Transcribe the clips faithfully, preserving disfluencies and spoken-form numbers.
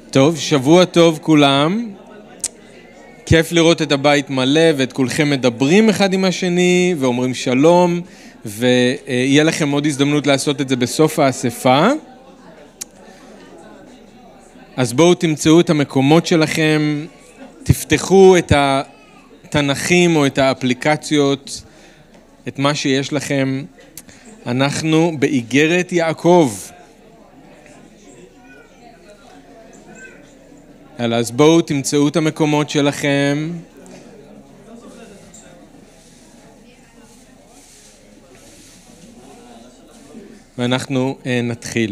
טוב, שבוע טוב כולם. כיף לראות את הבית מלא ואת כולכם מדברים אחד עם השני ואומרים שלום, ויהיה לכם עוד הזדמנות לעשות את זה בסוף האספה. אז בואו תמצאו את המקומות שלכם, תפתחו את התנכים או את האפליקציות, את מה שיש לכם. אנחנו באיגרת יעקב. אז בואו תמצאו את המקומות שלכם. ואנחנו נתחיל.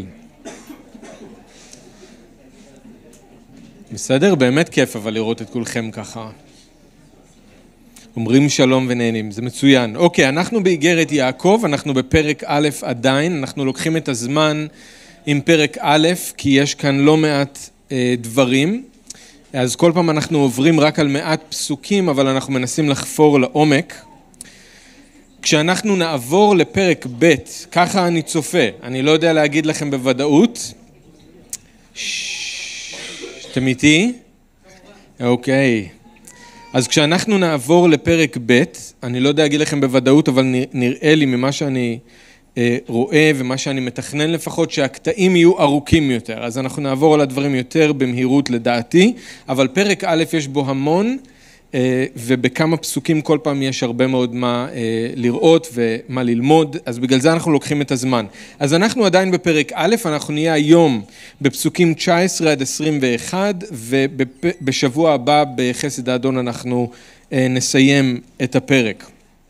בסדר? באמת כיף אבל לראות את כולכם ככה. אומרים שלום ונהנים, זה מצוין. אוקיי, אנחנו באיגרת יעקב, אנחנו בפרק א' עדיין, אנחנו לוקחים את הזמן עם פרק א', כי יש כאן לא מעט אה, דברים. אז כל פעם אנחנו עוברים רק על מעט פסוקים, אבל אנחנו מנסים לחפור לעומק. כשאנחנו נעבור לפרק ב', ככה אני צופה, אני לא יודע להגיד לכם בוודאות. אתם איתי? אוקיי. אז כשאנחנו נעבור לפרק ב', אני לא יודע להגיד לכם בוודאות, אבל נראה לי ממה שאני רואה ומה שאני מתכנן לפחות, שהקטעים יהיו ארוכים יותר. אז אנחנו נעבור על הדברים יותר במהירות לדעתי, אבל פרק א' יש בו המון, ובכמה פסוקים כל פעם יש הרבה מאוד מה לראות ומה ללמוד, אז בגלל זה אנחנו לוקחים את הזמן. אז אנחנו עדיין בפרק א', אנחנו נהיה היום בפסוקים תשע עשרה עד עשרים ואחת, ובשבוע הבא בחסד האדון אנחנו נסיים את הפרק.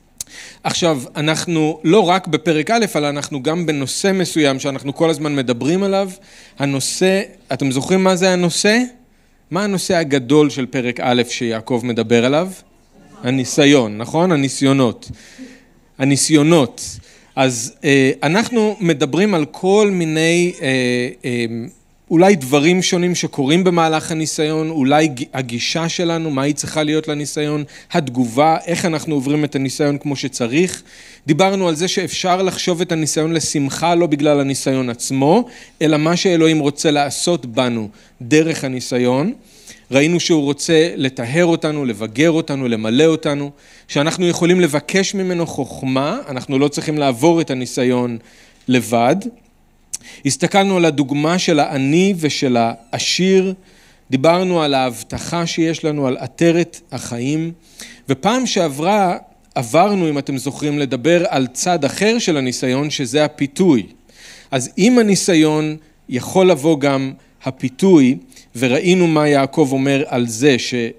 עכשיו, אנחנו לא רק בפרק א', אלא אנחנו גם בנושא מסוים שאנחנו כל הזמן מדברים עליו. הנושא, אתם זוכרים מה זה הנושא? מה הנושא הגדול של פרק א' שיעקב מדבר עליו? הניסיון, נכון? הניסיונות. הניסיונות. אז אה, אנחנו מדברים על כל מיני אה, אה, אולי דברים שונים שקורים במהלך הניסיון, אולי הגישה שלנו, מה היא צריכה להיות לניסיון, התגובה, איך אנחנו עוברים את הניסיון כמו שצריך. דיברנו על זה שאפשר לחשוב את הניסיון לשמחה לא בגלל הניסיון עצמו, אלא מה שאלוהים רוצה לעשות בנו דרך הניסיון. ראינו שהוא רוצה לטהר אותנו, לבגר אותנו, למלא אותנו, שאנחנו יכולים לבקש ממנו חוכמה, אנחנו לא צריכים לעבור את הניסיון לבד. הסתכלנו על הדוגמה של העני ושל העשיר, דיברנו על ההבטחה שיש לנו, על עטרת החיים, ופעם שעברה עברנו, אם אתם זוכרים, לדבר על צד אחר של הניסיון, שזה הפיתוי. אז עם הניסיון יכול לבוא גם הפיתוי, וראינו מה יעקב אומר על זה,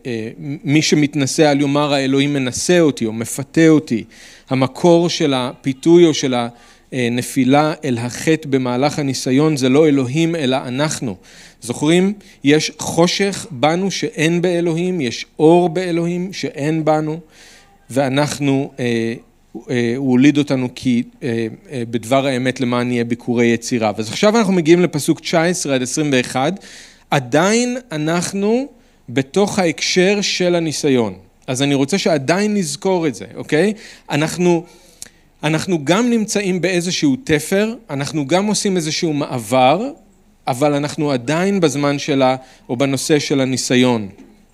שמי שמתנסה על יאמר האלוהים מנסה אותי או מפתה אותי, המקור של הפיתוי או של ה... נפילה אל החטא במהלך הניסיון זה לא אלוהים אלא אנחנו. זוכרים? יש חושך בנו שאין באלוהים, יש אור באלוהים שאין בנו, ואנחנו, אה, אה, הוא הוליד אותנו כי אה, אה, בדבר האמת למען נהיה ביקורי יצירה. אז עכשיו אנחנו מגיעים לפסוק תשע עשרה עד עשרים ואחת, עדיין אנחנו בתוך ההקשר של הניסיון. אז אני רוצה שעדיין נזכור את זה, אוקיי? אנחנו... אנחנו גם נמצאים באיזשהו תפר, אנחנו גם עושים איזשהו מעבר, אבל אנחנו עדיין בזמן שלה או בנושא של הניסיון.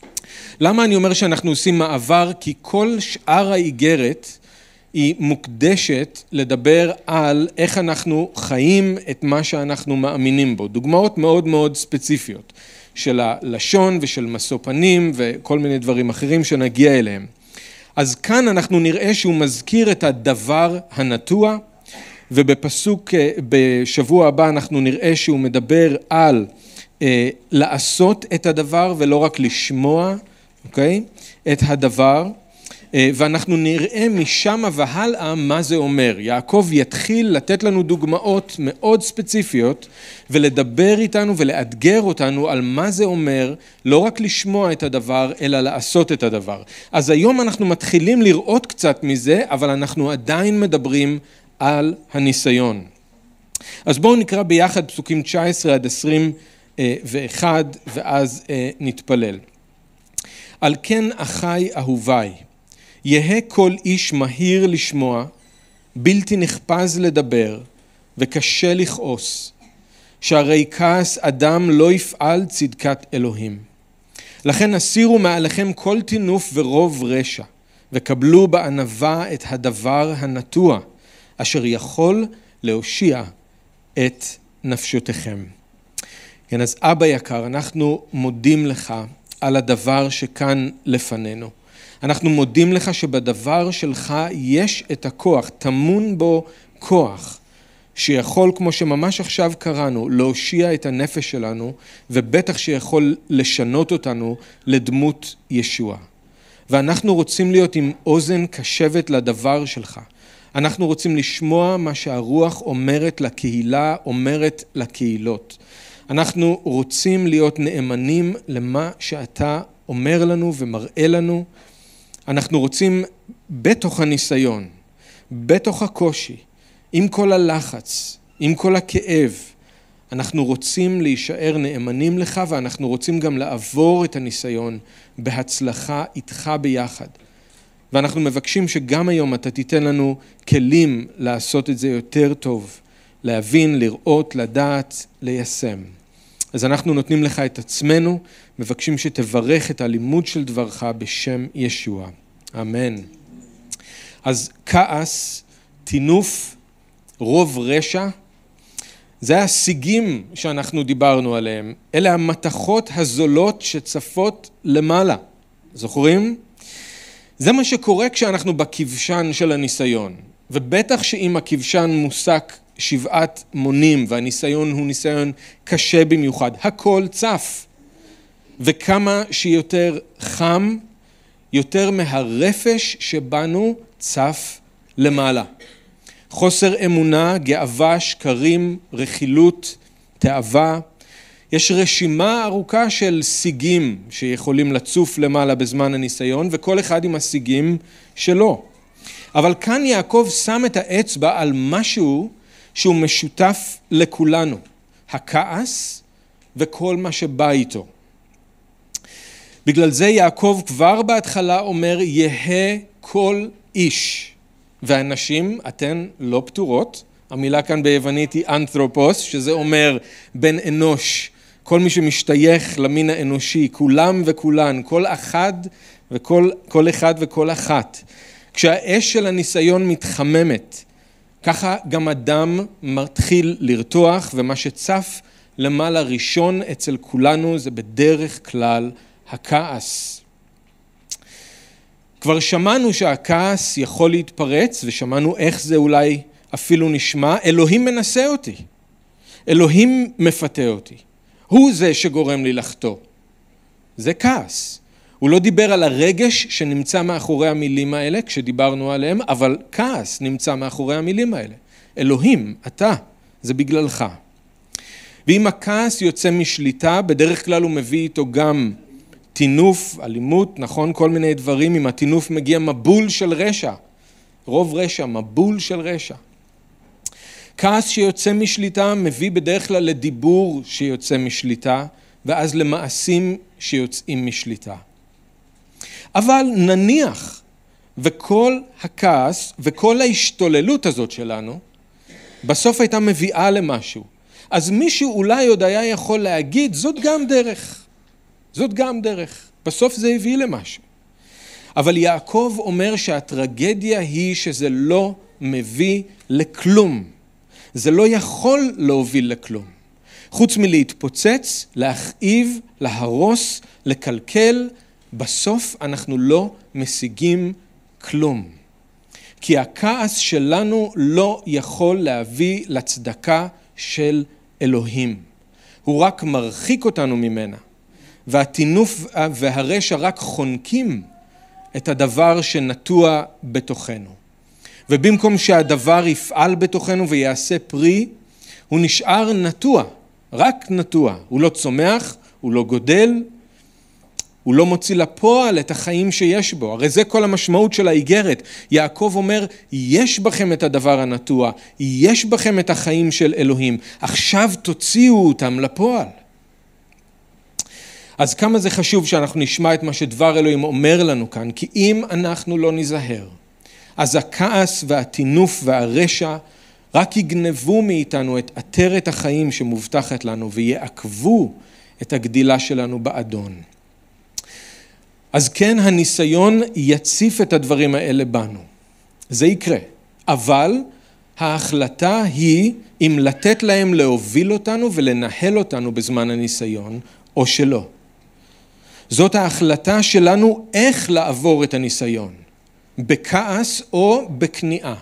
למה אני אומר שאנחנו עושים מעבר? כי כל שאר האיגרת היא מוקדשת לדבר על איך אנחנו חיים את מה שאנחנו מאמינים בו. דוגמאות מאוד מאוד ספציפיות של הלשון ושל משוא פנים וכל מיני דברים אחרים שנגיע אליהם. אז כאן אנחנו נראה שהוא מזכיר את הדבר הנטוע, ובפסוק בשבוע הבא אנחנו נראה שהוא מדבר על אה, לעשות את הדבר ולא רק לשמוע, אוקיי? את הדבר, אה, ואנחנו נראה משם והלאה מה זה אומר. יעקב יתחיל לתת לנו דוגמאות מאוד ספציפיות, ולדבר איתנו ולאתגר אותנו על מה זה אומר, לא רק לשמוע את הדבר, אלא לעשות את הדבר. אז היום אנחנו מתחילים לראות קצת מזה, אבל אנחנו עדיין מדברים על הניסיון. אז בואו נקרא ביחד פסוקים תשע עשרה עד עשרים ואחת, ואז נתפלל. על כן אחי אהוביי, יהא כל איש מהיר לשמוע, בלתי נחפז לדבר, וקשה לכעוס. שהרי כעס אדם לא יפעל צדקת אלוהים. לכן הסירו מעליכם כל תינוף ורוב רשע, וקבלו בענווה את הדבר הנטוע, אשר יכול להושיע את נפשותיכם. כן, אז אבא יקר, אנחנו מודים לך על הדבר שכאן לפנינו. אנחנו מודים לך שבדבר שלך יש את הכוח, טמון בו כוח, שיכול, כמו שממש עכשיו קראנו, להושיע את הנפש שלנו, ובטח שיכול לשנות אותנו לדמות ישוע. ואנחנו רוצים להיות עם אוזן קשבת לדבר שלך. אנחנו רוצים לשמוע מה שהרוח אומרת לקהילה, אומרת לקהילות. אנחנו רוצים להיות נאמנים למה שאתה אומר לנו ומראה לנו. אנחנו רוצים בתוך הניסיון, בתוך הקושי, עם כל הלחץ, עם כל הכאב, אנחנו רוצים להישאר נאמנים לך, ואנחנו רוצים גם לעבור את הניסיון בהצלחה איתך ביחד. ואנחנו מבקשים שגם היום אתה תיתן לנו כלים לעשות את זה יותר טוב, להבין, לראות, לדעת, ליישם. אז אנחנו נותנים לך את עצמנו, מבקשים שתברך את הלימוד של דברך בשם ישוע. אמן. אז כעס, טינוף, רוב רשע, זה השיגים שאנחנו דיברנו עליהם. אלה המתכות הזולות שצפות למעלה. זוכרים? זה מה שקורה כשאנחנו בכבשן של הניסיון. ובטח שאם הכבשן מוסק שבעת מונים, והניסיון הוא ניסיון קשה במיוחד, הכל צף. וכמה שיותר חם, יותר מהרפש שבנו צף למעלה. חוסר אמונה, גאווה, שקרים, רכילות, תאווה. יש רשימה ארוכה של שיגים שיכולים לצוף למעלה בזמן הניסיון, וכל אחד עם השיגים שלו. אבל כאן יעקב שם את האצבע על משהו שהוא משותף לכולנו. הכעס וכל מה שבא איתו. בגלל זה יעקב כבר בהתחלה אומר, יהא כל איש. והנשים, אתן לא פטורות. המילה כאן ביוונית היא אנתרופוס, שזה אומר בן אנוש. כל מי שמשתייך למין האנושי, כולם וכולן, כל אחד וכל כל אחד וכל אחת. כשהאש של הניסיון מתחממת, ככה גם אדם מתחיל לרתוח, ומה שצף למעלה ראשון אצל כולנו זה בדרך כלל הכעס. כבר שמענו שהכעס יכול להתפרץ, ושמענו איך זה אולי אפילו נשמע. אלוהים מנסה אותי. אלוהים מפתה אותי. הוא זה שגורם לי לחטוא. זה כעס. הוא לא דיבר על הרגש שנמצא מאחורי המילים האלה, כשדיברנו עליהם, אבל כעס נמצא מאחורי המילים האלה. אלוהים, אתה, זה בגללך. ואם הכעס יוצא משליטה, בדרך כלל הוא מביא איתו גם טינוף, אלימות, נכון, כל מיני דברים. עם הטינוף מגיע מבול של רשע. רוב רשע, מבול של רשע. כעס שיוצא משליטה מביא בדרך כלל לדיבור שיוצא משליטה, ואז למעשים שיוצאים משליטה. אבל נניח, וכל הכעס וכל ההשתוללות הזאת שלנו, בסוף הייתה מביאה למשהו. אז מישהו אולי עוד היה יכול להגיד, זאת גם דרך. זאת גם דרך. בסוף זה הביא למשהו. אבל יעקב אומר שהטרגדיה היא שזה לא מביא לכלום. זה לא יכול להוביל לכלום. חוץ מלהתפוצץ, להכאיב, להרוס, לקלקל, בסוף אנחנו לא משיגים כלום. כי הכעס שלנו לא יכול להביא לצדקה של אלוהים. הוא רק מרחיק אותנו ממנה. והטינוף והרשע רק חונקים את הדבר שנטוע בתוכנו. ובמקום שהדבר יפעל בתוכנו ויעשה פרי, הוא נשאר נטוע, רק נטוע. הוא לא צומח, הוא לא גודל, הוא לא מוציא לפועל את החיים שיש בו. הרי זה כל המשמעות של האיגרת. יעקב אומר, יש בכם את הדבר הנטוע, יש בכם את החיים של אלוהים, עכשיו תוציאו אותם לפועל. אז כמה זה חשוב שאנחנו נשמע את מה שדבר אלוהים אומר לנו כאן, כי אם אנחנו לא נזהר, אז הכעס והטינוף והרשע רק יגנבו מאיתנו את עטרת החיים שמובטחת לנו ויעכבו את הגדילה שלנו באדון. אז כן, הניסיון יציף את הדברים האלה בנו. זה יקרה. אבל ההחלטה היא אם לתת להם להוביל אותנו ולנהל אותנו בזמן הניסיון או שלא. זאת ההחלטה שלנו איך לעבור את הניסיון, בכעס או בכניעה.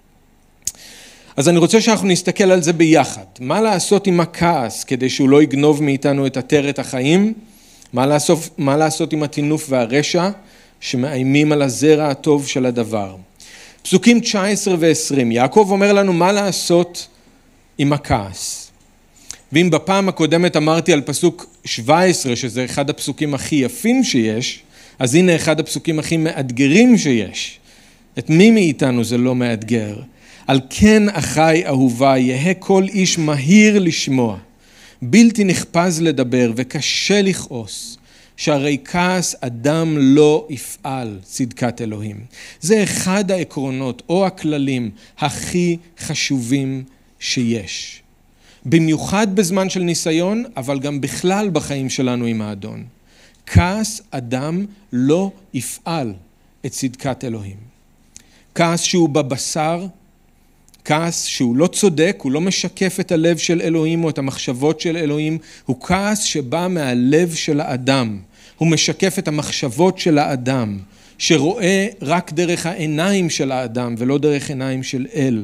אז אני רוצה שאנחנו נסתכל על זה ביחד. מה לעשות עם הכעס כדי שהוא לא יגנוב מאיתנו את עטרת החיים? מה לעשות, מה לעשות עם הטינוף והרשע שמאיימים על הזרע הטוב של הדבר? פסוקים תשע עשרה ועשרים, יעקב אומר לנו מה לעשות עם הכעס. ואם בפעם הקודמת אמרתי על פסוק שבע עשרה, שזה אחד הפסוקים הכי יפים שיש, אז הנה אחד הפסוקים הכי מאתגרים שיש. את מי מאיתנו זה לא מאתגר? על כן אחי אהובה, יהא כל איש מהיר לשמוע, בלתי נחפז לדבר וקשה לכעוס, שהרי כעס אדם לא יפעל צדקת אלוהים. זה אחד העקרונות או הכללים הכי חשובים שיש. במיוחד בזמן של ניסיון, אבל גם בכלל בחיים שלנו עם האדון. כעס אדם לא יפעל את צדקת אלוהים. כעס שהוא בבשר, כעס שהוא לא צודק, הוא לא משקף את הלב של אלוהים או את המחשבות של אלוהים, הוא כעס שבא מהלב של האדם. הוא משקף את המחשבות של האדם, שרואה רק דרך העיניים של האדם ולא דרך עיניים של אל.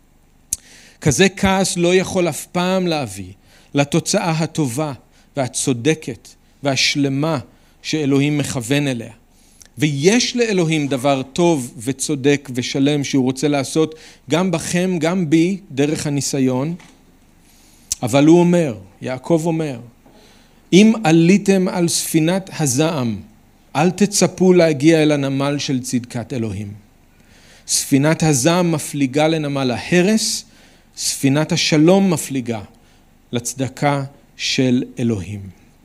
כזה כעס לא יכול אף פעם להביא לתוצאה הטובה והצודקת והשלמה שאלוהים מכוון אליה. ויש לאלוהים דבר טוב וצודק ושלם שהוא רוצה לעשות גם בכם, גם בי, דרך הניסיון. אבל הוא אומר, יעקב אומר, אם עליתם על ספינת הזעם, אל תצפו להגיע אל הנמל של צדקת אלוהים. ספינת הזעם מפליגה לנמל ההרס, ספינת השלום מפליגה לצדקה של אלוהים.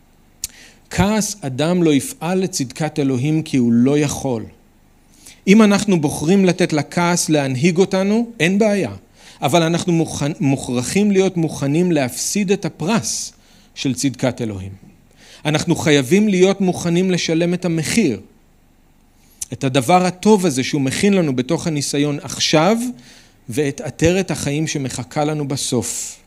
כעס אדם לא יפעל לצדקת אלוהים כי הוא לא יכול. אם אנחנו בוחרים לתת לכעס להנהיג אותנו, אין בעיה. אבל אנחנו מוכן, מוכרחים להיות מוכנים להפסיד את הפרס של צדקת אלוהים. אנחנו חייבים להיות מוכנים לשלם את המחיר. את הדבר הטוב הזה שהוא מכין לנו בתוך הניסיון עכשיו, ואת עטרת החיים שמחכה לנו בסוף.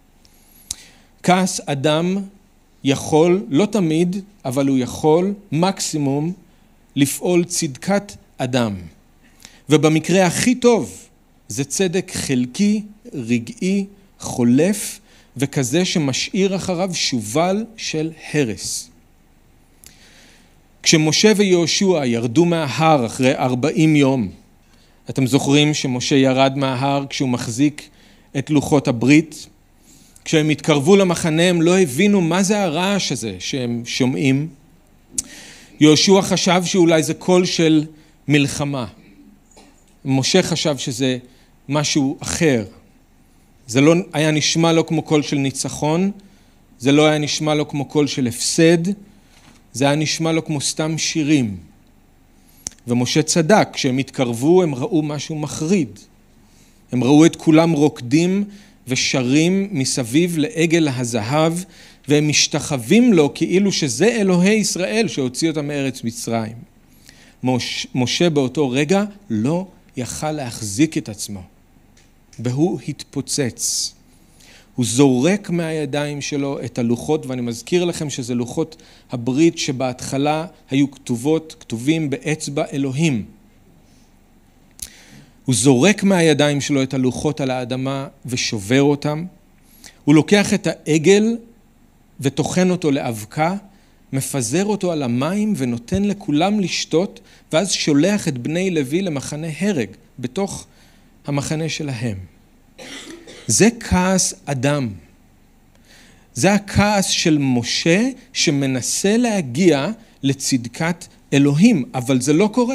כעס אדם יכול, לא תמיד, אבל הוא יכול מקסימום לפעול צדקת אדם. ובמקרה הכי טוב, זה צדק חלקי, רגעי, חולף, וכזה שמשאיר אחריו שובל של הרס. כשמשה ויהושע ירדו מההר אחרי ארבעים יום, אתם זוכרים שמשה ירד מההר כשהוא מחזיק את לוחות הברית? כשהם התקרבו למחנה הם לא הבינו מה זה הרעש הזה שהם שומעים. יהושע חשב שאולי זה קול של מלחמה. משה חשב שזה משהו אחר. זה לא היה נשמע לו כמו קול של ניצחון, זה לא היה נשמע לו כמו קול של הפסד, זה היה נשמע לו כמו סתם שירים. ומשה צדק, כשהם התקרבו הם ראו משהו מחריד. הם ראו את כולם רוקדים ושרים מסביב לעגל הזהב, והם משתחווים לו כאילו שזה אלוהי ישראל שהוציא אותם מארץ מצרים. מש, משה באותו רגע לא יכל להחזיק את עצמו, והוא התפוצץ. הוא זורק מהידיים שלו את הלוחות, ואני מזכיר לכם שזה לוחות הברית שבהתחלה היו כתובות, כתובים באצבע אלוהים. הוא זורק מהידיים שלו את הלוחות על האדמה ושובר אותם. הוא לוקח את העגל ותוכן אותו לאבקה, מפזר אותו על המים ונותן לכולם לשתות, ואז שולח את בני לוי למחנה הרג בתוך המחנה שלהם. זה כעס אדם. זה הכעס של משה שמנסה להגיע לצדקת אלוהים, אבל זה לא קורה.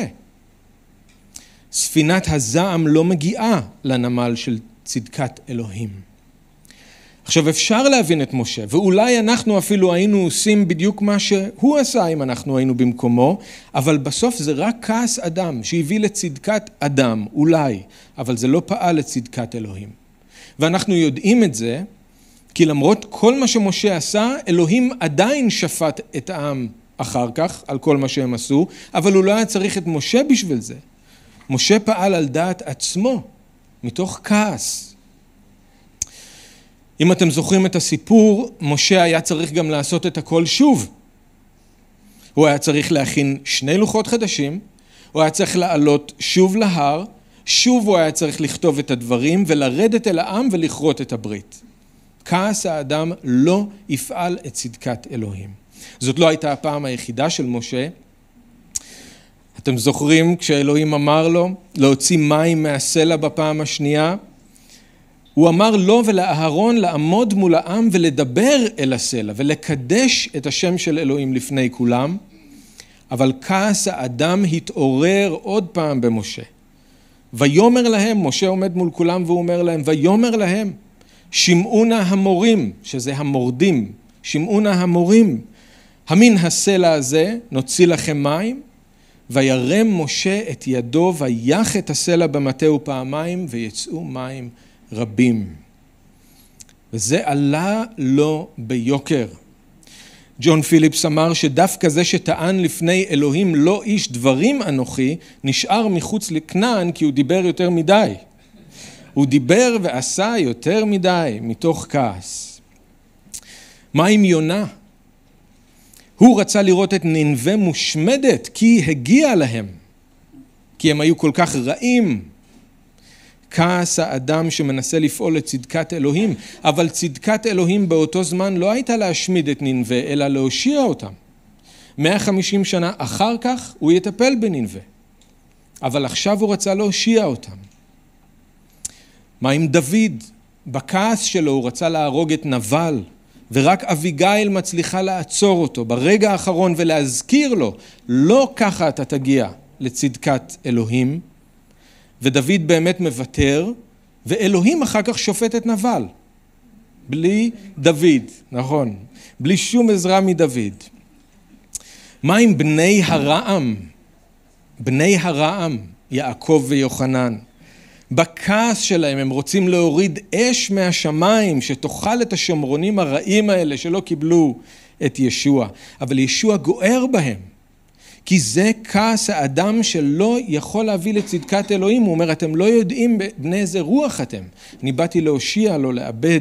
ספינת הזעם לא מגיעה לנמל של צדקת אלוהים. עכשיו אפשר להבין את משה, ואולי אנחנו אפילו היינו עושים בדיוק מה שהוא עשה אם אנחנו היינו במקומו, אבל בסוף זה רק כעס אדם שהביא לצדקת אדם, אולי, אבל זה לא פעל לצדקת אלוהים. ואנחנו יודעים את זה, כי למרות כל מה שמשה עשה, אלוהים עדיין שפט את העם אחר כך, על כל מה שהם עשו, אבל הוא לא היה צריך את משה בשביל זה. משה פעל על דעת עצמו, מתוך כעס. אם אתם זוכרים את הסיפור, משה היה צריך גם לעשות את הכל שוב. הוא היה צריך להכין שני לוחות חדשים, הוא היה צריך לעלות שוב להר, שוב הוא היה צריך לכתוב את הדברים ולרדת אל העם ולכרות את הברית. כעס האדם לא יפעל את צדקת אלוהים. זאת לא הייתה הפעם היחידה של משה. אתם זוכרים כשאלוהים אמר לו להוציא מים מהסלע בפעם השנייה? הוא אמר לו ולאהרון לעמוד מול העם ולדבר אל הסלע ולקדש את השם של אלוהים לפני כולם. אבל כעס האדם התעורר עוד פעם במשה. ויאמר להם, משה עומד מול כולם והוא אומר להם, ויאמר להם, שמעו נא המורים, שזה המורדים, שמעו נא המורים, המין הסלע הזה נוציא לכם מים, וירם משה את ידו ויח את הסלע במטהו פעמיים ויצאו מים רבים. וזה עלה לו ביוקר. ג'ון פיליפס אמר שדווקא זה שטען לפני אלוהים לא איש דברים אנוכי, נשאר מחוץ לכנען כי הוא דיבר יותר מדי. הוא דיבר ועשה יותר מדי מתוך כעס. מה עם יונה? הוא רצה לראות את נינווה מושמדת כי הגיע להם, כי הם היו כל כך רעים. כעס האדם שמנסה לפעול לצדקת אלוהים, אבל צדקת אלוהים באותו זמן לא הייתה להשמיד את נינווה, אלא להושיע אותם. מאה וחמישים שנה אחר כך הוא יטפל בנינווה, אבל עכשיו הוא רצה להושיע אותם. מה עם דוד? בכעס שלו הוא רצה להרוג את נבל, ורק אביגיל מצליחה לעצור אותו ברגע האחרון ולהזכיר לו, לא ככה אתה תגיע לצדקת אלוהים. ודוד באמת מוותר, ואלוהים אחר כך שופט את נבל. בלי דוד, נכון, בלי שום עזרה מדוד. מה עם בני הרעם? בני הרעם, יעקב ויוחנן. בכעס שלהם הם רוצים להוריד אש מהשמיים שתאכל את השומרונים הרעים האלה שלא קיבלו את ישוע. אבל ישוע גוער בהם. כי זה כעס האדם שלא יכול להביא לצדקת אלוהים. הוא אומר, אתם לא יודעים בני איזה רוח אתם. אני באתי להושיע, לא לאבד.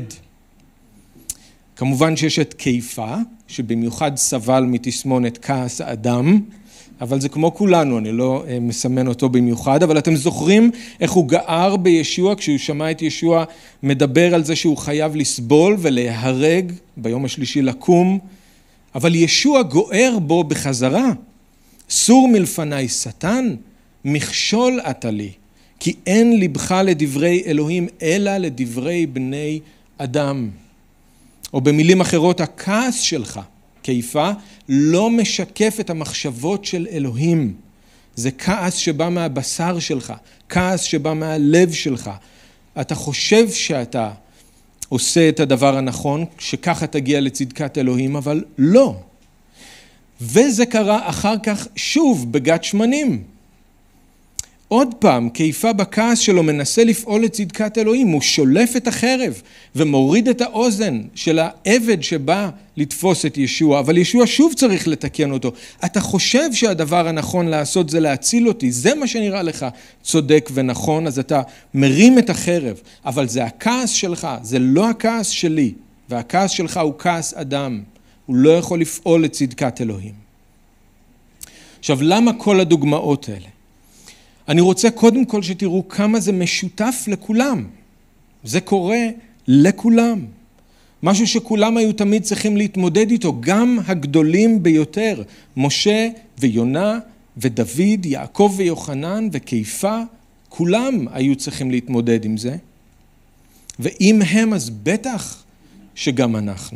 כמובן שיש את קיפה, שבמיוחד סבל מתסמונת כעס האדם, אבל זה כמו כולנו, אני לא מסמן אותו במיוחד, אבל אתם זוכרים איך הוא גער בישוע, כשהוא שמע את ישוע מדבר על זה שהוא חייב לסבול ולהרג, ביום השלישי לקום, אבל ישוע גוער בו בחזרה. סור מלפני שטן, מכשול אתה לי, כי אין לבך לדברי אלוהים, אלא לדברי בני אדם. או במילים אחרות, הכעס שלך, קיפה, לא משקף את המחשבות של אלוהים. זה כעס שבא מהבשר שלך, כעס שבא מהלב שלך. אתה חושב שאתה עושה את הדבר הנכון, שככה תגיע לצדקת אלוהים, אבל לא. וזה קרה אחר כך שוב בגת שמנים. עוד פעם, קיפה בכעס שלו מנסה לפעול לצדקת אלוהים, הוא שולף את החרב ומוריד את האוזן של העבד שבא לתפוס את ישוע, אבל ישוע שוב צריך לתקן אותו. אתה חושב שהדבר הנכון לעשות זה להציל אותי, זה מה שנראה לך צודק ונכון, אז אתה מרים את החרב, אבל זה הכעס שלך, זה לא הכעס שלי, והכעס שלך הוא כעס אדם, הוא לא יכול לפעול לצדקת אלוהים. עכשיו, למה כל הדוגמאות האלה? אני רוצה קודם כל שתראו כמה זה משותף לכולם. זה קורה לכולם. משהו שכולם היו תמיד צריכים להתמודד איתו, גם הגדולים ביותר, משה ויונה ודוד, יעקב ויוחנן וקיפה, כולם היו צריכים להתמודד עם זה. ואם הם, אז בטח שגם אנחנו.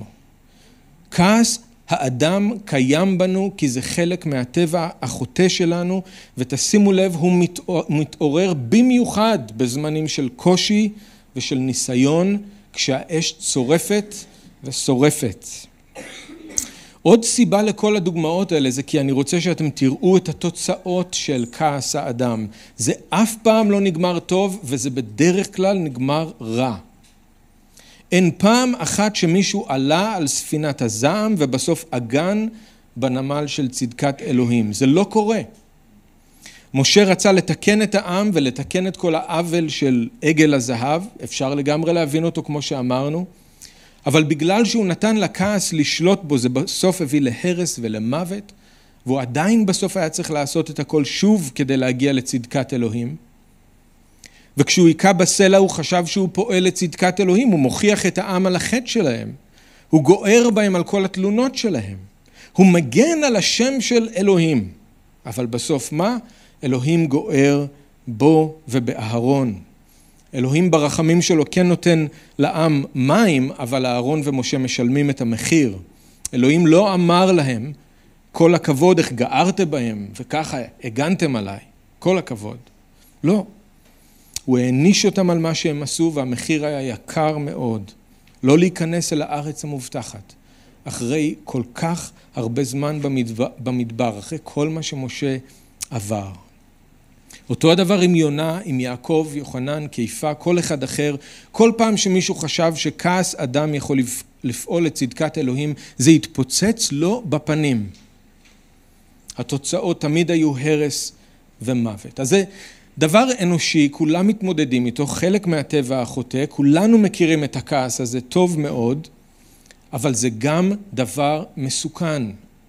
כעס האדם קיים בנו כי זה חלק מהטבע החוטא שלנו, ותשימו לב, הוא מתעורר במיוחד בזמנים של קושי ושל ניסיון, כשהאש צורפת ושורפת. עוד סיבה לכל הדוגמאות האלה זה כי אני רוצה שאתם תראו את התוצאות של כעס האדם. זה אף פעם לא נגמר טוב וזה בדרך כלל נגמר רע. אין פעם אחת שמישהו עלה על ספינת הזעם ובסוף אגן בנמל של צדקת אלוהים. זה לא קורה. משה רצה לתקן את העם ולתקן את כל העוול של עגל הזהב, אפשר לגמרי להבין אותו כמו שאמרנו, אבל בגלל שהוא נתן לכעס לשלוט בו, זה בסוף הביא להרס ולמוות, והוא עדיין בסוף היה צריך לעשות את הכל שוב כדי להגיע לצדקת אלוהים. וכשהוא היכה בסלע הוא חשב שהוא פועל לצדקת אלוהים, הוא מוכיח את העם על החטא שלהם, הוא גוער בהם על כל התלונות שלהם, הוא מגן על השם של אלוהים, אבל בסוף מה? אלוהים גוער בו ובאהרון. אלוהים ברחמים שלו כן נותן לעם מים, אבל אהרון ומשה משלמים את המחיר. אלוהים לא אמר להם, כל הכבוד, איך גערתם בהם, וככה הגנתם עליי, כל הכבוד. לא. הוא העניש אותם על מה שהם עשו, והמחיר היה יקר מאוד. לא להיכנס אל הארץ המובטחת. אחרי כל כך הרבה זמן במדבר, במדבר, אחרי כל מה שמשה עבר. אותו הדבר עם יונה, עם יעקב, יוחנן, קיפה, כל אחד אחר. כל פעם שמישהו חשב שכעס אדם יכול לפעול לצדקת אלוהים, זה התפוצץ לו בפנים. התוצאות תמיד היו הרס ומוות. אז זה דבר אנושי, כולם מתמודדים איתו, חלק מהטבע החוטא, כולנו מכירים את הכעס הזה טוב מאוד, אבל זה גם דבר מסוכן.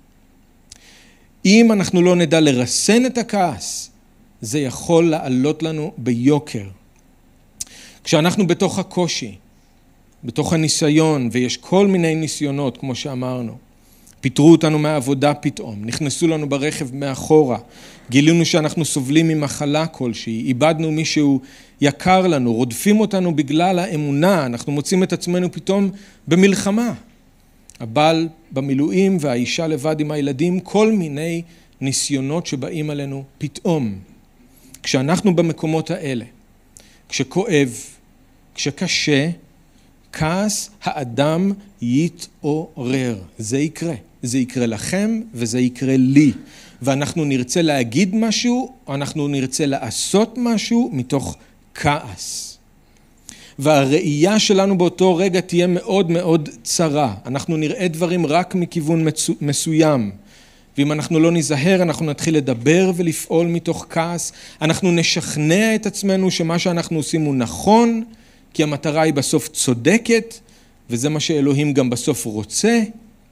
אם אנחנו לא נדע לרסן את הכעס, זה יכול לעלות לנו ביוקר. כשאנחנו בתוך הקושי, בתוך הניסיון, ויש כל מיני ניסיונות, כמו שאמרנו, פיטרו אותנו מהעבודה פתאום, נכנסו לנו ברכב מאחורה, גילינו שאנחנו סובלים ממחלה כלשהי, איבדנו מישהו יקר לנו, רודפים אותנו בגלל האמונה, אנחנו מוצאים את עצמנו פתאום במלחמה. הבעל במילואים והאישה לבד עם הילדים, כל מיני ניסיונות שבאים עלינו פתאום. כשאנחנו במקומות האלה, כשכואב, כשקשה, כעס האדם יתעורר. זה יקרה. זה יקרה לכם וזה יקרה לי. ואנחנו נרצה להגיד משהו, או אנחנו נרצה לעשות משהו מתוך כעס. והראייה שלנו באותו רגע תהיה מאוד מאוד צרה. אנחנו נראה דברים רק מכיוון מסוים. ואם אנחנו לא נזהר, אנחנו נתחיל לדבר ולפעול מתוך כעס. אנחנו נשכנע את עצמנו שמה שאנחנו עושים הוא נכון, כי המטרה היא בסוף צודקת, וזה מה שאלוהים גם בסוף רוצה.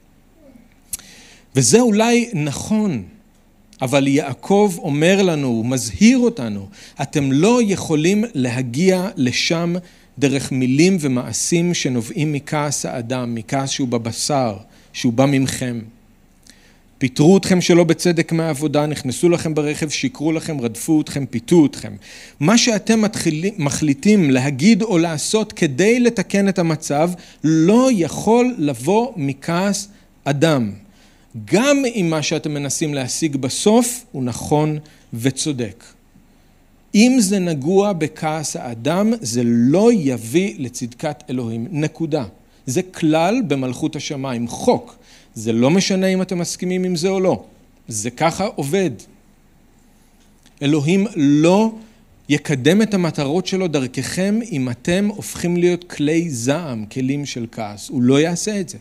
וזה אולי נכון, אבל יעקב אומר לנו, הוא מזהיר אותנו, אתם לא יכולים להגיע לשם דרך מילים ומעשים שנובעים מכעס האדם, מכעס שהוא בבשר, שהוא בא ממכם. פיטרו אתכם שלא בצדק מהעבודה, נכנסו לכם ברכב, שיקרו לכם, רדפו אתכם, פיתו אתכם. מה שאתם מתחילים, מחליטים להגיד או לעשות כדי לתקן את המצב, לא יכול לבוא מכעס אדם. גם אם מה שאתם מנסים להשיג בסוף הוא נכון וצודק. אם זה נגוע בכעס האדם, זה לא יביא לצדקת אלוהים. נקודה. זה כלל במלכות השמיים, חוק. זה לא משנה אם אתם מסכימים עם זה או לא. זה ככה עובד. אלוהים לא יקדם את המטרות שלו דרככם אם אתם הופכים להיות כלי זעם, כלים של כעס. הוא לא יעשה את זה.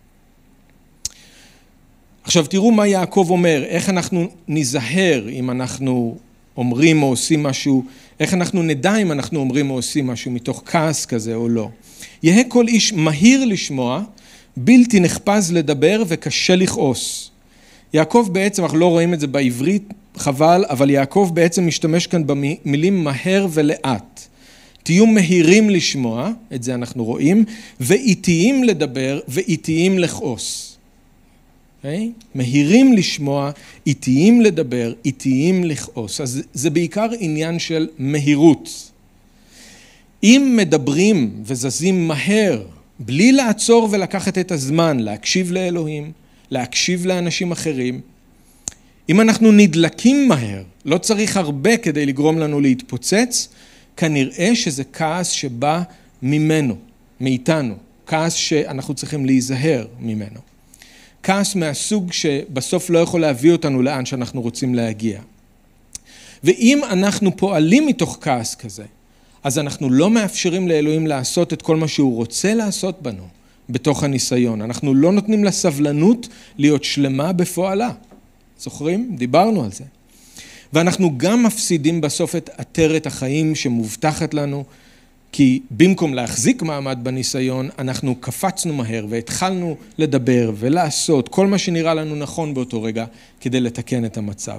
עכשיו תראו מה יעקב אומר, איך אנחנו נזהר אם אנחנו אומרים או עושים משהו, איך אנחנו נדע אם אנחנו אומרים או עושים משהו מתוך כעס כזה או לא. יהא כל איש מהיר לשמוע, בלתי נחפז לדבר וקשה לכעוס. יעקב בעצם, אנחנו לא רואים את זה בעברית, חבל, אבל יעקב בעצם משתמש כאן במילים מהר ולאט. תהיו מהירים לשמוע, את זה אנחנו רואים, ואיטיים לדבר ואיטיים לכעוס. Okay? מהירים לשמוע, איטיים לדבר, איטיים לכעוס. אז זה בעיקר עניין של מהירות. אם מדברים וזזים מהר, בלי לעצור ולקחת את הזמן, להקשיב לאלוהים, להקשיב לאנשים אחרים, אם אנחנו נדלקים מהר, לא צריך הרבה כדי לגרום לנו להתפוצץ, כנראה שזה כעס שבא ממנו, מאיתנו, כעס שאנחנו צריכים להיזהר ממנו. כעס מהסוג שבסוף לא יכול להביא אותנו לאן שאנחנו רוצים להגיע. ואם אנחנו פועלים מתוך כעס כזה, אז אנחנו לא מאפשרים לאלוהים לעשות את כל מה שהוא רוצה לעשות בנו, בתוך הניסיון. אנחנו לא נותנים לסבלנות להיות שלמה בפועלה. זוכרים? דיברנו על זה. ואנחנו גם מפסידים בסוף את עטרת החיים שמובטחת לנו, כי במקום להחזיק מעמד בניסיון, אנחנו קפצנו מהר והתחלנו לדבר ולעשות כל מה שנראה לנו נכון באותו רגע כדי לתקן את המצב.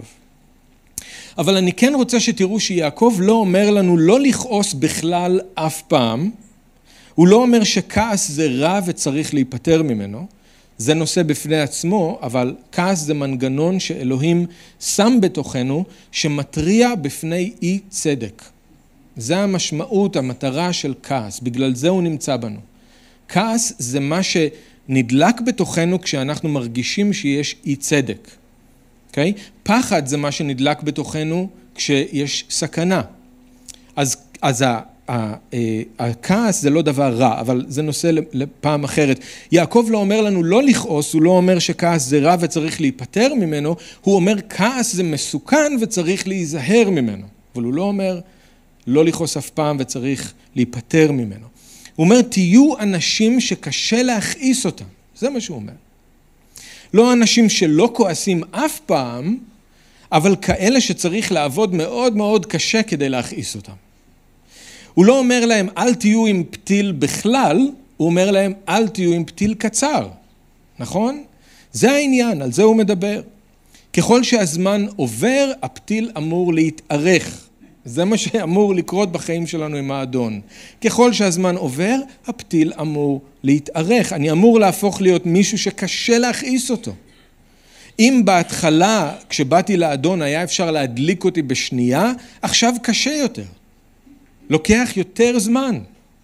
אבל אני כן רוצה שתראו שיעקב לא אומר לנו לא לכעוס בכלל אף פעם. הוא לא אומר שכעס זה רע וצריך להיפטר ממנו. זה נושא בפני עצמו, אבל כעס זה מנגנון שאלוהים שם בתוכנו שמטריע בפני אי צדק. זה המשמעות, המטרה של כעס, בגלל זה הוא נמצא בנו. כעס זה מה שנדלק בתוכנו כשאנחנו מרגישים שיש אי צדק. Okay? פחד זה מה שנדלק בתוכנו כשיש סכנה. אז, אז ה, ה, הכעס זה לא דבר רע, אבל זה נושא לפעם אחרת. יעקב לא אומר לנו לא לכעוס, הוא לא אומר שכעס זה רע וצריך להיפטר ממנו, הוא אומר כעס זה מסוכן וצריך להיזהר ממנו. אבל הוא לא אומר לא לכעוס אף פעם וצריך להיפטר ממנו. הוא אומר תהיו אנשים שקשה להכעיס אותם, זה מה שהוא אומר. לא אנשים שלא כועסים אף פעם, אבל כאלה שצריך לעבוד מאוד מאוד קשה כדי להכעיס אותם. הוא לא אומר להם אל תהיו עם פתיל בכלל, הוא אומר להם אל תהיו עם פתיל קצר. נכון? זה העניין, על זה הוא מדבר. ככל שהזמן עובר, הפתיל אמור להתארך. זה מה שאמור לקרות בחיים שלנו עם האדון. ככל שהזמן עובר, הפתיל אמור להתארך. אני אמור להפוך להיות מישהו שקשה להכעיס אותו. אם בהתחלה, כשבאתי לאדון, היה אפשר להדליק אותי בשנייה, עכשיו קשה יותר. לוקח יותר זמן.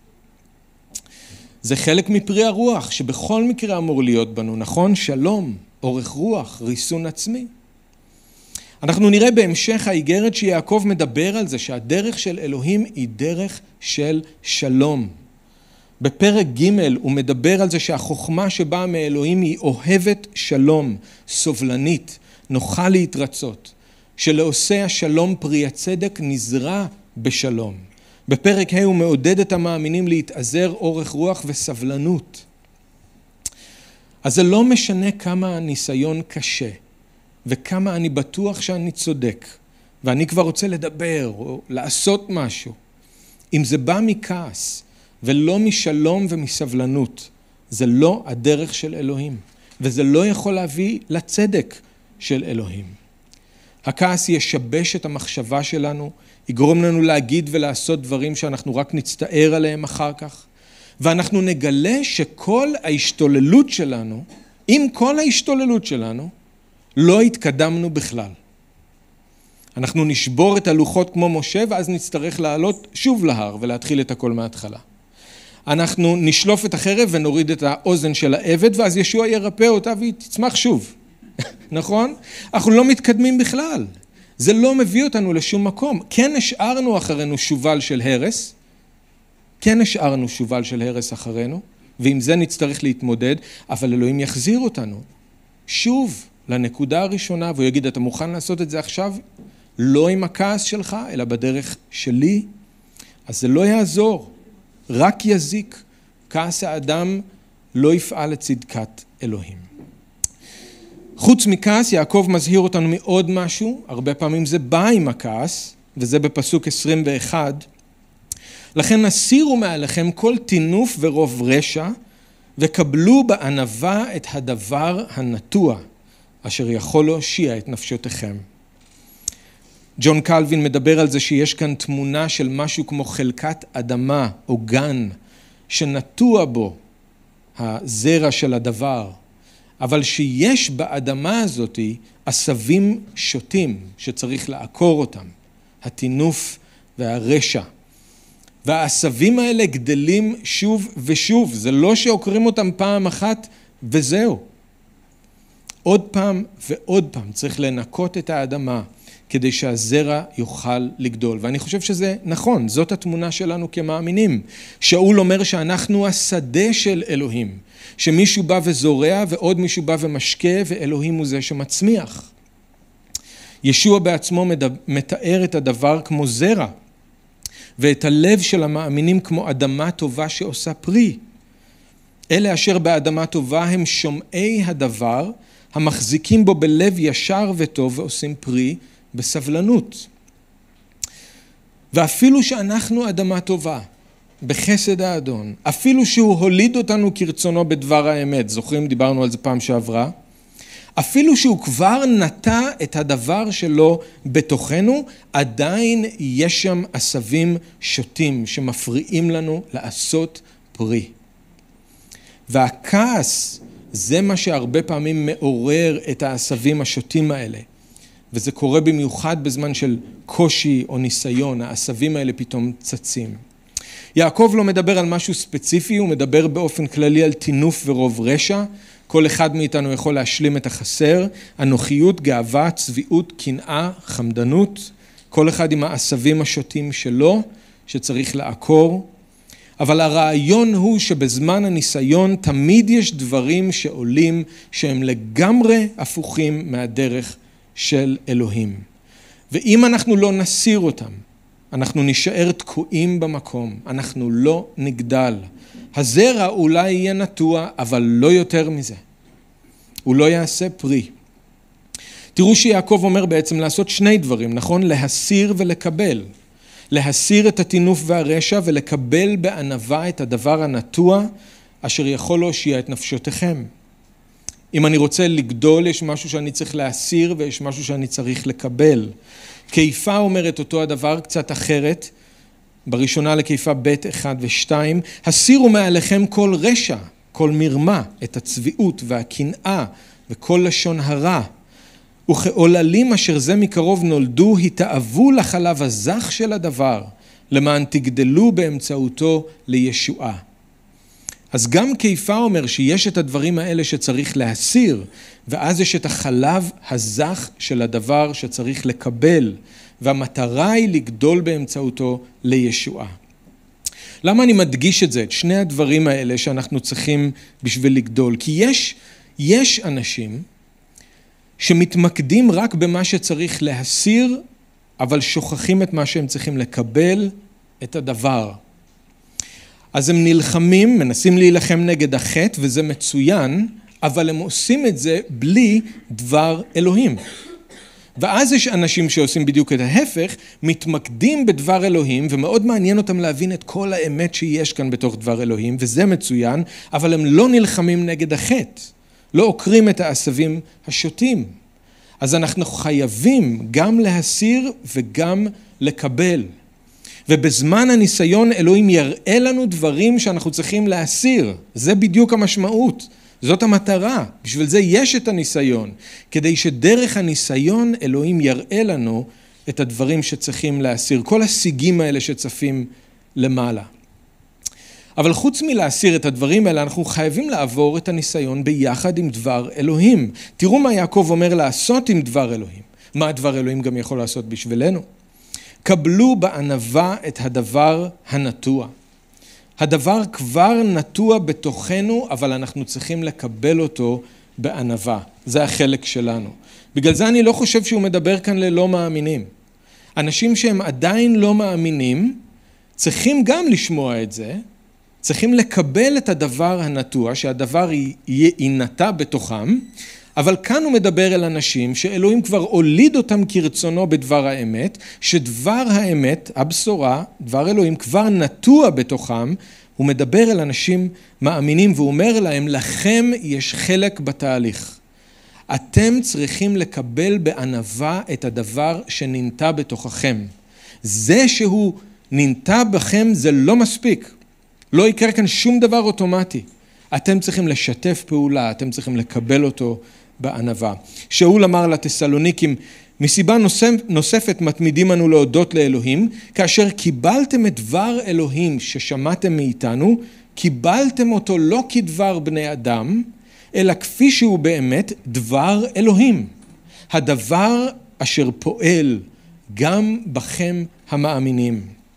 זה חלק מפרי הרוח, שבכל מקרה אמור להיות בנו, נכון? שלום, אורך רוח, ריסון עצמי. אנחנו נראה בהמשך האיגרת שיעקב מדבר על זה, שהדרך של אלוהים היא דרך של שלום. בפרק ג' הוא מדבר על זה שהחוכמה שבאה מאלוהים היא אוהבת שלום, סובלנית, נוחה להתרצות, שלעושה השלום פרי הצדק נזרע בשלום. בפרק ה' הוא מעודד את המאמינים להתאזר אורך רוח וסבלנות. אז זה לא משנה כמה הניסיון קשה, וכמה אני בטוח שאני צודק, ואני כבר רוצה לדבר או לעשות משהו. אם זה בא מכעס ולא משלום ומסבלנות, זה לא הדרך של אלוהים, וזה לא יכול להביא לצדק של אלוהים. הכעס ישבש את המחשבה שלנו, יגרום לנו להגיד ולעשות דברים שאנחנו רק נצטער עליהם אחר כך, ואנחנו נגלה שכל ההשתוללות שלנו, עם כל ההשתוללות שלנו, לא התקדמנו בכלל. אנחנו נשבור את הלוחות כמו משה, ואז נצטרך לעלות שוב להר ולהתחיל את הכל מההתחלה. אנחנו נשלוף את החרב ונוריד את האוזן של העבד, ואז ישוע ירפא אותה והיא תצמח שוב. נכון? אנחנו לא מתקדמים בכלל. זה לא מביא אותנו לשום מקום. כן השארנו אחרינו שובל של הרס, כן השארנו שובל של הרס אחרינו, ועם זה נצטרך להתמודד, אבל אלוהים יחזיר אותנו שוב לנקודה הראשונה, והוא יגיד, אתה מוכן לעשות את זה עכשיו? לא עם הכעס שלך, אלא בדרך שלי. אז זה לא יעזור, רק יזיק. כעס האדם לא יפעל לצדקת אלוהים. חוץ מכעס, יעקב מזהיר אותנו מעוד משהו, הרבה פעמים זה בא עם הכעס, וזה בפסוק עשרים ואחת. לכן הסירו מעליכם כל טינוף ורוב רשע, וקבלו בענווה את הדבר הנטוע, אשר יכול להושיע את נפשותיכם. ג'ון קלווין מדבר על זה שיש כאן תמונה של משהו כמו חלקת אדמה או גן, שנטוע בו הזרע של הדבר, אבל שיש באדמה הזאת עשבים שוטים שצריך לעקור אותם, הטינוף והרשע. והעשבים האלה גדלים שוב ושוב, זה לא שעוקרים אותם פעם אחת וזהו. עוד פעם ועוד פעם צריך לנקות את האדמה כדי שהזרע יוכל לגדול. ואני חושב שזה נכון, זאת התמונה שלנו כמאמינים. שאול אומר שאנחנו השדה של אלוהים, שמישהו בא וזורע ועוד מישהו בא ומשקה ואלוהים הוא זה שמצמיח. ישוע בעצמו מתאר את הדבר כמו זרע. ואת הלב של המאמינים כמו אדמה טובה שעושה פרי. אלה אשר באדמה טובה הם שומעי הדבר, המחזיקים בו בלב ישר וטוב ועושים פרי בסבלנות. ואפילו שאנחנו אדמה טובה, בחסד האדון, אפילו שהוא הוליד אותנו כרצונו בדבר האמת, זוכרים, דיברנו על זה פעם שעברה, אפילו שהוא כבר נטע את הדבר שלו בתוכנו, עדיין יש שם עשבים שוטים שמפריעים לנו לעשות פרי. והכעס זה מה שהרבה פעמים מעורר את העשבים השוטים האלה. וזה קורה במיוחד בזמן של קושי או ניסיון, העשבים האלה פתאום צצים. יעקב לא מדבר על משהו ספציפי, הוא מדבר באופן כללי על טינוף ורוב רשע. כל אחד מאיתנו יכול להשלים את החסר, אנוכיות, גאווה, צביעות, קנאה, חמדנות. כל אחד עם העשבים השוטים שלו שצריך לעקור. אבל הרעיון הוא שבזמן הניסיון תמיד יש דברים שעולים שהם לגמרי הפוכים מהדרך של אלוהים. ואם אנחנו לא נסיר אותם, אנחנו נשאר תקועים במקום, אנחנו לא נגדל. הזרע אולי יהיה נטוע, אבל לא יותר מזה. הוא לא יעשה פרי. תראו שיעקב אומר בעצם לעשות שני דברים, נכון? להסיר ולקבל. להסיר את הטינוף והרשע ולקבל בענווה את הדבר הנטוע אשר יכול להושיע את נפשותיכם. אם אני רוצה לגדול, יש משהו שאני צריך להסיר ויש משהו שאני צריך לקבל. קיפה אומרת אותו הדבר קצת אחרת, בראשונה לקיפה ב' אחד ושתיים, הסירו מעליכם כל רשע, כל מרמה, את הצביעות והקנאה וכל לשון הרע. וכעוללים אשר זה מקרוב נולדו, התאהבו לחלב הזך של הדבר, למען תגדלו באמצעותו לישועה. אז גם קיפה אומר שיש את הדברים האלה שצריך להסיר, ואז יש את החלב הזך של הדבר שצריך לקבל, והמטרה היא לגדול באמצעותו לישועה. למה אני מדגיש את זה, את שני הדברים האלה שאנחנו צריכים בשביל לגדול? כי יש, יש אנשים שמתמקדים רק במה שצריך להסיר, אבל שוכחים את מה שהם צריכים לקבל, את הדבר. אז הם נלחמים, מנסים להילחם נגד החטא, וזה מצוין, אבל הם עושים את זה בלי דבר אלוהים. ואז יש אנשים שעושים בדיוק את ההפך, מתמקדים בדבר אלוהים, ומאוד מעניין אותם להבין את כל האמת שיש כאן בתוך דבר אלוהים, וזה מצוין, אבל הם לא נלחמים נגד החטא. לא עוקרים את העשבים השוטים. אז אנחנו חייבים גם להסיר וגם לקבל. ובזמן הניסיון אלוהים יראה לנו דברים שאנחנו צריכים להסיר. זה בדיוק המשמעות. זאת המטרה. בשביל זה יש את הניסיון. כדי שדרך הניסיון אלוהים יראה לנו את הדברים שצריכים להסיר. כל השיגים האלה שצפים למעלה. אבל חוץ מלהסיר את הדברים האלה, אנחנו חייבים לעבור את הניסיון ביחד עם דבר אלוהים. תראו מה יעקב אומר לעשות עם דבר אלוהים. מה דבר אלוהים גם יכול לעשות בשבילנו? קבלו בענווה את הדבר הנטוע. הדבר כבר נטוע בתוכנו, אבל אנחנו צריכים לקבל אותו בענווה. זה החלק שלנו. בגלל זה אני לא חושב שהוא מדבר כאן ללא מאמינים. אנשים שהם עדיין לא מאמינים, צריכים גם לשמוע את זה, צריכים לקבל את הדבר הנטוע, שהדבר ינטע בתוכם, אבל כאן הוא מדבר אל אנשים שאלוהים כבר הוליד אותם כרצונו בדבר האמת, שדבר האמת, הבשורה, דבר אלוהים כבר נטוע בתוכם, הוא מדבר אל אנשים מאמינים והוא אומר להם, לכם יש חלק בתהליך. אתם צריכים לקבל בענווה את הדבר שננטע בתוככם. זה שהוא ננטע בכם זה לא מספיק. לא יקרה כאן שום דבר אוטומטי. אתם צריכים לשתף פעולה, אתם צריכים לקבל אותו בענווה. שאול אמר לתסלוניקים, מסיבה נוספת מתמידים אנו להודות לאלוהים, כאשר קיבלתם את דבר אלוהים ששמעתם מאיתנו, קיבלתם אותו לא כדבר בני אדם, אלא כפי שהוא באמת דבר אלוהים. הדבר אשר פועל גם בכם המאמינים.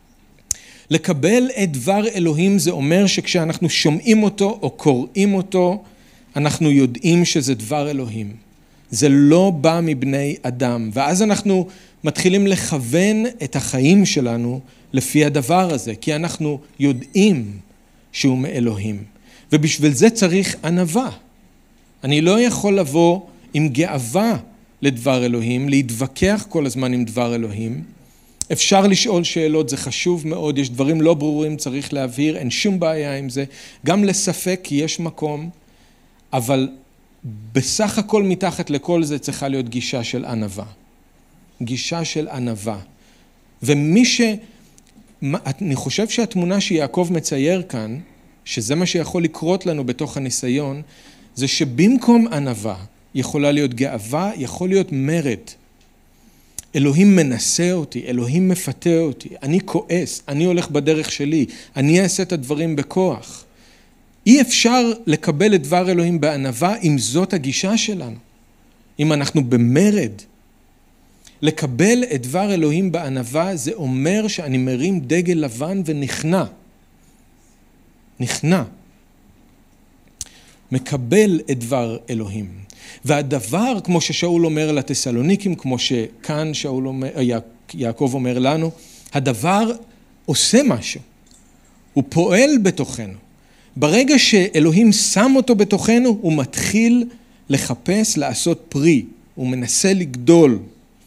לקבל את דבר אלוהים זה אומר שכשאנחנו שומעים אותו או קוראים אותו, אנחנו יודעים שזה דבר אלוהים. זה לא בא מבני אדם. ואז אנחנו מתחילים לכוון את החיים שלנו לפי הדבר הזה, כי אנחנו יודעים שהוא מאלוהים. ובשביל זה צריך ענווה. אני לא יכול לבוא עם גאווה לדבר אלוהים, להתווכח כל הזמן עם דבר אלוהים. אפשר לשאול שאלות, זה חשוב מאוד, יש דברים לא ברורים, צריך להבהיר, אין שום בעיה עם זה. גם לספק כי יש מקום, אבל בסך הכל מתחת לכל זה צריכה להיות גישה של ענווה. גישה של ענווה. ומי ש... אני חושב שהתמונה שיעקב מצייר כאן, שזה מה שיכול לקרות לנו בתוך הניסיון, זה שבמקום ענווה יכולה להיות גאווה, יכול להיות מרד. אלוהים מנסה אותי, אלוהים מפתה אותי, אני כועס, אני הולך בדרך שלי, אני אעשה את הדברים בכוח. אי אפשר לקבל את דבר אלוהים בענווה אם זאת הגישה שלנו, אם אנחנו במרד. לקבל את דבר אלוהים בענווה זה אומר שאני מרים דגל לבן ונכנע. נכנע. מקבל את דבר אלוהים. והדבר, כמו ששאול אומר לתסלוניקים, כמו שכאן שאול אומר, יעקב אומר לנו, הדבר עושה משהו. הוא פועל בתוכנו. ברגע שאלוהים שם אותו בתוכנו, הוא מתחיל לחפש, לעשות פרי. הוא מנסה לגדול.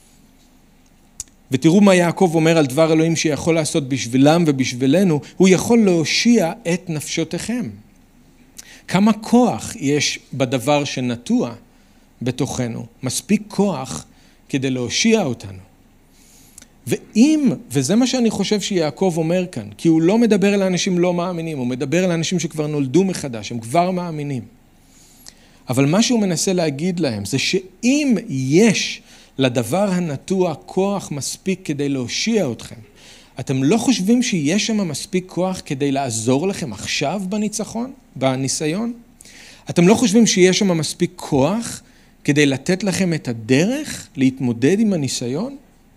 ותראו מה יעקב אומר על דבר אלוהים שיכול לעשות בשבילם ובשבילנו, הוא יכול להושיע את נפשותיכם. כמה כוח יש בדבר שנטוע בתוכנו, מספיק כוח כדי להושיע אותנו. ואם, וזה מה שאני חושב שיעקב אומר כאן, כי הוא לא מדבר על האנשים לא מאמינים, הוא מדבר על האנשים שכבר נולדו מחדש, הם כבר מאמינים. אבל מה שהוא מנסה להגיד להם זה שאם יש לדבר הנטוע כוח מספיק כדי להושיע אתכם, אתם לא חושבים שיש שם מספיק כוח כדי לעזור לכם עכשיו בניצחון, בניסיון? אתם לא חושבים שיש שם מספיק כוח כדי לתת לכם את הדרך להתמודד עם הניסיון?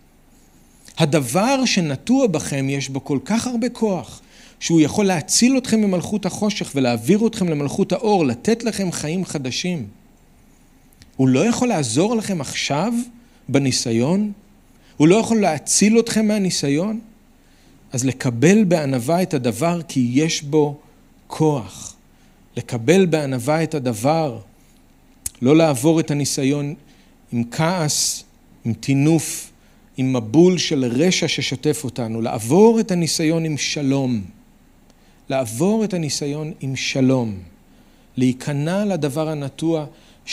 הדבר שנטוע בכם יש בו כל כך הרבה כוח, שהוא יכול להציל אתכם ממלכות החושך ולהעביר אתכם למלכות האור, לתת לכם חיים חדשים. הוא לא יכול לעזור לכם עכשיו בניסיון? הוא לא יכול להציל אתכם מהניסיון? אז לקבל בענווה את הדבר כי יש בו כוח. לקבל בענווה את הדבר, לא לעבור את הניסיון עם כעס, עם תינוף, עם מבול של רשע ששוטף אותנו, לעבור את הניסיון עם שלום. לעבור את הניסיון עם שלום. להיכנע לדבר הנטוע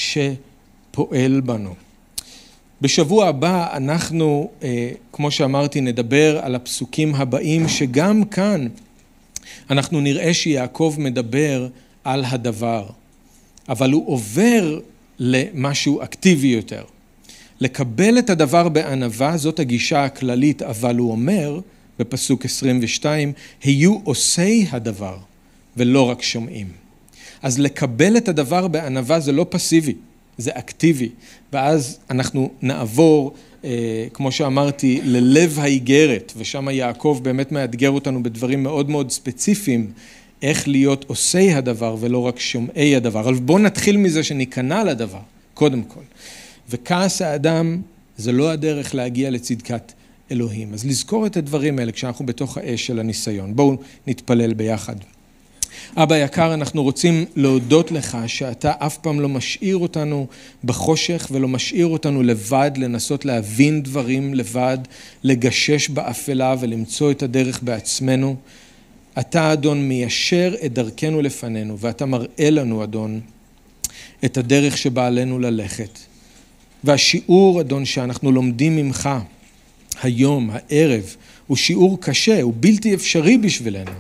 שפועל בנו. בשבוע הבא אנחנו, כמו שאמרתי, נדבר על הפסוקים הבאים, שגם כאן אנחנו נראה שיעקב מדבר על הדבר, אבל הוא עובר למשהו אקטיבי יותר. לקבל את הדבר בענווה, זאת הגישה הכללית, אבל הוא אומר בפסוק עשרים ושתיים, היו עושי הדבר ולא רק שומעים. אז לקבל את הדבר בענווה זה לא פסיבי, זה אקטיבי, ואז אנחנו נעבור, אה, כמו שאמרתי, ללב האיגרת, ושם יעקב באמת מאתגר אותנו בדברים מאוד מאוד ספציפיים, איך להיות עושי הדבר ולא רק שומעי הדבר. אבל בואו נתחיל מזה שניכנע לדבר, קודם כל. וכעס האדם זה לא הדרך להגיע לצדקת אלוהים. אז לזכור את הדברים האלה כשאנחנו בתוך האש של הניסיון. בואו נתפלל ביחד. אבא יקר, אנחנו רוצים להודות לך שאתה אף פעם לא משאיר אותנו בחושך ולא משאיר אותנו לבד, לנסות להבין דברים לבד, לגשש באפלה ולמצוא את הדרך בעצמנו. אתה, אדון, מיישר את דרכנו לפנינו, ואתה מראה לנו, אדון, את הדרך שבה עלינו ללכת. והשיעור, אדון, שאנחנו לומדים ממך היום, הערב, הוא שיעור קשה, הוא בלתי אפשרי בשבילנו.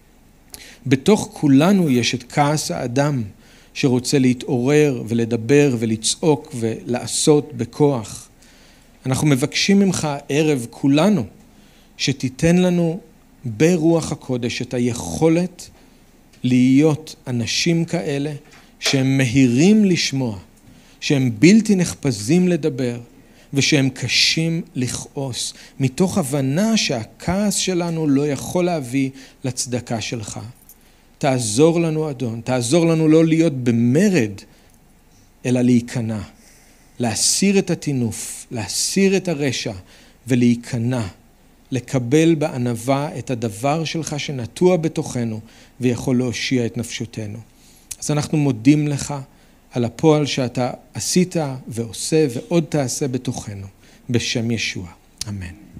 בתוך כולנו יש את כעס האדם שרוצה להתעורר ולדבר ולצעוק ולעשות בכוח. אנחנו מבקשים ממך ערב כולנו שתיתן לנו ברוח הקודש את היכולת להיות אנשים כאלה שהם מהירים לשמוע, שהם בלתי נחפזים לדבר ושהם קשים לכעוס, מתוך הבנה שהכעס שלנו לא יכול להביא לצדקה שלך. תעזור לנו, אדון, תעזור לנו לא להיות במרד, אלא להיכנע, להסיר את התינוף, להסיר את הרשע ולהיכנע, לקבל בענווה את הדבר שלך שנטוע בתוכנו ויכול להושיע את נפשותנו. אז אנחנו מודים לך על הפועל שאתה עשית ועושה ועוד תעשה בתוכנו, בשם ישוע. אמן.